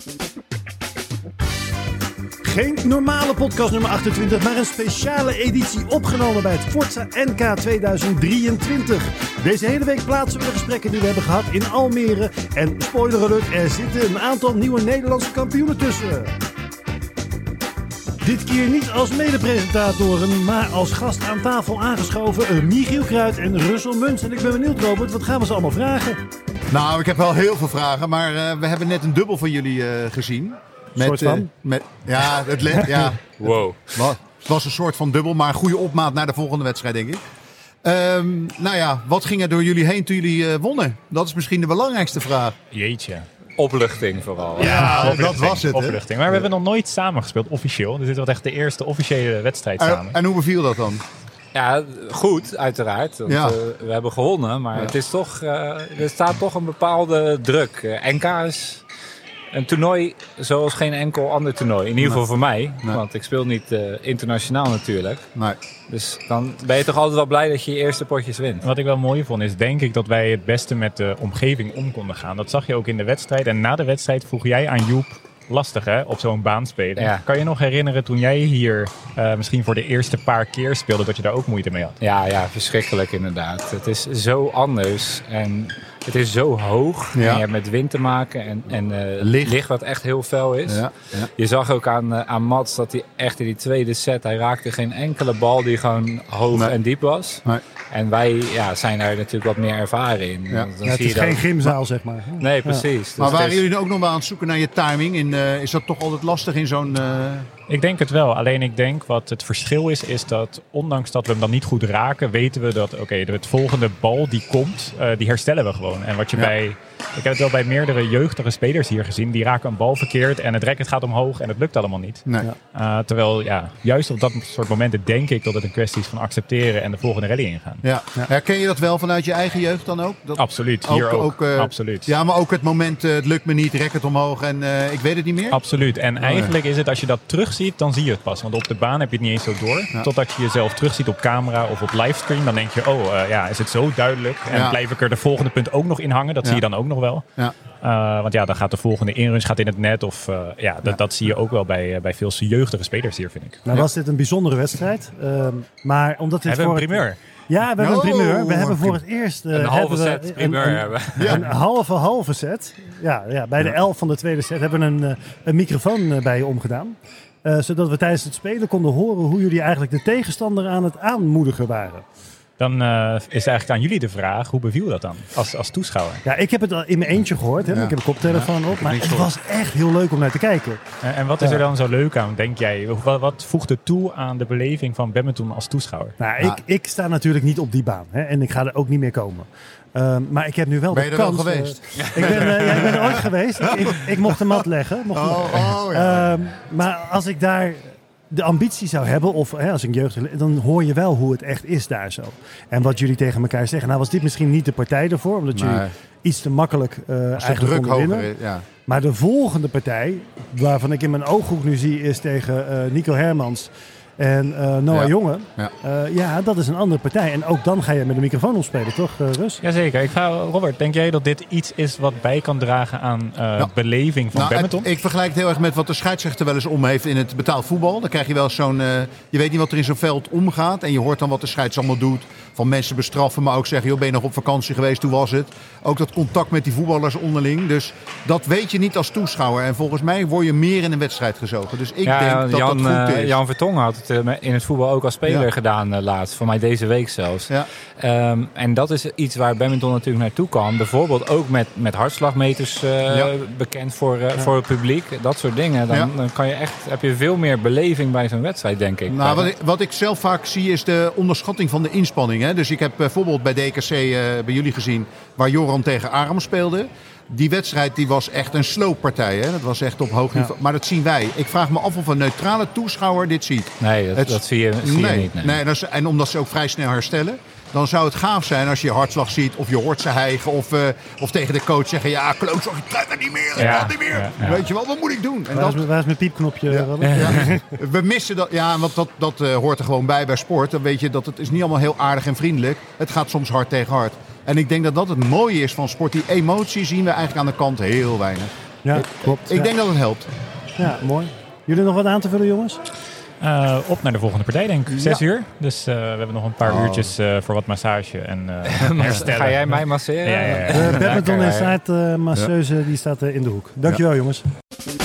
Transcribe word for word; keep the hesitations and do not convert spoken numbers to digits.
Geen normale podcast nummer achtentwintig, maar een speciale editie opgenomen bij het Forza N K tweeduizend drieëntwintig. Deze hele week plaatsen we de gesprekken die we hebben gehad in Almere. En spoiler alert, er zitten een aantal nieuwe Nederlandse kampioenen tussen. Dit keer niet als medepresentatoren, maar als gast aan tafel aangeschoven Michiel Kruid en Russell Muns. En ik ben benieuwd, Robert, wat gaan we ze allemaal vragen? Nou, ik heb wel heel veel vragen, maar uh, we hebben net een dubbel van jullie uh, gezien. Met, soort van? Uh, met, ja, het, le- ja, wow. Het, het was een soort van dubbel, maar een goede opmaat naar de volgende wedstrijd, denk ik. Um, nou ja, wat ging er door jullie heen toen jullie uh, wonnen? Dat is misschien de belangrijkste vraag. Jeetje. Opluchting vooral. Ja, ja opluchting, dat was het. Opluchting. Maar we hebben nog nooit samen gespeeld, officieel. Dus dit was echt de eerste officiële wedstrijd en, samen. En hoe beviel dat dan? Ja, goed, uiteraard. Want, ja. uh, we hebben gewonnen, maar ja. het is toch, uh, er staat toch een bepaalde druk. Uh, N K is een toernooi zoals geen enkel ander toernooi. In ieder geval nee. voor mij, nee. want ik speel niet uh, internationaal natuurlijk. Nee. Dus dan ben je toch altijd wel blij dat je je eerste potjes wint. Wat ik wel mooi vond is, denk ik, dat wij het beste met de omgeving om konden gaan. Dat zag je ook in de wedstrijd. En na de wedstrijd vroeg jij aan Joep, lastig hè, op zo'n baan spelen. Ja. Kan je nog herinneren toen jij hier uh, misschien voor de eerste paar keer speelde, dat je daar ook moeite mee had? Ja, ja, verschrikkelijk inderdaad. Het is zo anders en het is zo hoog. Ja. En je hebt met wind te maken en, en uh, licht. licht wat echt heel fel is. Ja. Ja. Je zag ook aan, uh, aan Mats dat hij echt in die tweede set, hij raakte geen enkele bal die gewoon hoog nee. en diep was. Nee. En wij ja, zijn daar natuurlijk wat meer ervaren in. Ja. Dan ja, het zie is je geen dat... gymzaal, zeg maar. Nee, precies. Ja. Dus maar waren is... jullie ook nog wel aan het zoeken naar je timing? In, uh, is dat toch altijd lastig in zo'n... Uh... Ik denk het wel. Alleen ik denk wat het verschil is, is dat ondanks dat we hem dan niet goed raken, weten we dat, oké, okay, het volgende bal die komt, uh, die herstellen we gewoon. En wat je ja. bij... Ik heb het wel bij meerdere jeugdige spelers hier gezien. Die raken een bal verkeerd en het racket gaat omhoog en het lukt allemaal niet. Nee. Uh, terwijl, ja, juist op dat soort momenten denk ik dat het een kwestie is van accepteren en de volgende rally ingaan. Ja. Ja. Herken je dat wel vanuit je eigen jeugd dan ook? Dat Absoluut, hier ook. ook. ook uh, Absoluut. Ja, maar ook het moment, uh, het lukt me niet, racket omhoog en uh, ik weet het niet meer? Absoluut. En oh, eigenlijk ja. is het, als je dat terugziet, dan zie je het pas. Want op de baan heb je het niet eens zo door. Ja. Totdat je jezelf terugziet op camera of op livestream. Dan denk je, oh uh, ja, is het zo duidelijk? En ja. blijf ik er de volgende punt ook nog in hangen? Dat ja. zie je dan ook nog wel. Ja. Uh, want ja, dan gaat de volgende inruns gaat in het net. Of uh, ja, dat, ja, dat zie je ook wel bij, uh, bij veel jeugdige spelers hier, vind ik. Nou was dit een bijzondere wedstrijd. Uh, maar omdat dit hebben we een primeur. Ja, we hebben oh, een primeur. We hebben voor het eerst... Uh, een halve set we primeur een, een, hebben. Ja. Een halve halve set. Ja, ja, bij de elf van de tweede set hebben we een, uh, een microfoon uh, bij je omgedaan. Uh, zodat we tijdens het spelen konden horen hoe jullie eigenlijk de tegenstander aan het aanmoedigen waren. Dan uh, is eigenlijk aan jullie de vraag, hoe beviel dat dan als, als toeschouwer? Ja, ik heb het in mijn eentje gehoord. Hè? Ja. Ik heb een koptelefoon ja, op. Maar het was echt heel leuk om naar te kijken. En, en wat is er dan zo leuk aan, denk jij? Wat, wat voegt het toe aan de beleving van badminton als toeschouwer? Nou, ja. ik, ik sta natuurlijk niet op die baan. Hè? En ik ga er ook niet meer komen. Uh, maar ik heb nu wel ben de je er kans... wel geweest? Uh, ik, ben, uh, ja, ik ben er ooit geweest. Ik, ik mocht de mat leggen. Mocht oh, oh, ja. uh, maar als ik daar... de ambitie zou hebben, of hè, als een jeugd, dan hoor je wel hoe het echt is daar zo. En wat jullie tegen elkaar zeggen. Nou was dit misschien niet de partij ervoor, omdat jullie nee. iets te makkelijk uh, eigenlijk konden winnen. Ja. Maar de volgende partij, waarvan ik in mijn ooghoek nu zie, is tegen uh, Nico Hermans en uh, Noah ja. Jonge. Ja. Uh, ja, dat is een andere partij. En ook dan ga je met de microfoon opspelen, toch uh, Rus? Jazeker. Ik ga, Robert, denk jij dat dit iets is wat bij kan dragen aan uh, nou, beleving van nou, badminton? Het, ik vergelijk het heel erg met wat de scheidsrechter wel eens om heeft in het betaald voetbal. Dan krijg je wel zo'n... Uh, je weet niet wat er in zo'n veld omgaat. En je hoort dan wat de scheids allemaal doet. Van mensen bestraffen, maar ook zeggen, joh, ben je nog op vakantie geweest? Hoe was het? Ook dat contact met die voetballers onderling. Dus dat weet je niet als toeschouwer. En volgens mij word je meer in een wedstrijd gezogen. Dus ik ja, denk dat Jan, dat goed is. Uh, Jan Vertongen had het uh, in het voetbal ook als speler ja. gedaan uh, laatst. Voor mij deze week zelfs. Ja. Um, en dat is iets waar badminton natuurlijk naartoe kan. Bijvoorbeeld ook met, met hartslagmeters uh, ja. bekend voor, uh, ja. voor het publiek. Dat soort dingen. Dan, ja. dan kan je echt, heb je veel meer beleving bij zo'n wedstrijd, denk ik. Nou, wat, ik wat ik zelf vaak zie is de onderschatting van de inspanning. Hè? Dus ik heb bijvoorbeeld bij D K C uh, bij jullie gezien waar Joram tegen Aram speelde. Die wedstrijd die was echt een slooppartij. Hè? Dat was echt op hoog niveau. Ja. Maar dat zien wij. Ik vraag me af of een neutrale toeschouwer dit ziet. Nee, dat, het, dat zie je, zie nee, je niet. Nee. Nee, dat is, en omdat ze ook vrij snel herstellen. Dan zou het gaaf zijn als je je hartslag ziet. Of je hoort ze hijgen. Of, uh, of tegen de coach zeggen. Ja, klootzak, ik krijg het niet meer. Ik ja, kan niet meer. Ja, ja. Weet je wel, wat moet ik doen? En waar, dat, is, waar is mijn piepknopje? Ja. Ja. We missen dat. Ja, want dat, dat uh, hoort er gewoon bij bij sport. Dan weet je dat het is niet allemaal heel aardig en vriendelijk. Het gaat soms hard tegen hard. En ik denk dat dat het mooie is van sport. Die emotie zien we eigenlijk aan de kant heel weinig. Ja, klopt. Ik ja. denk dat het helpt. Ja, mooi. Jullie nog wat aan te vullen, jongens? Uh, op naar de volgende partij, denk ik. Zes ja. uur. Dus uh, we hebben nog een paar oh. uurtjes uh, voor wat massage en uh, herstellen. Ga jij mij masseren? Ja, ja, ja. De Badminton Insight uh, masseuse die staat uh, in de hoek. Dankjewel, ja. jongens.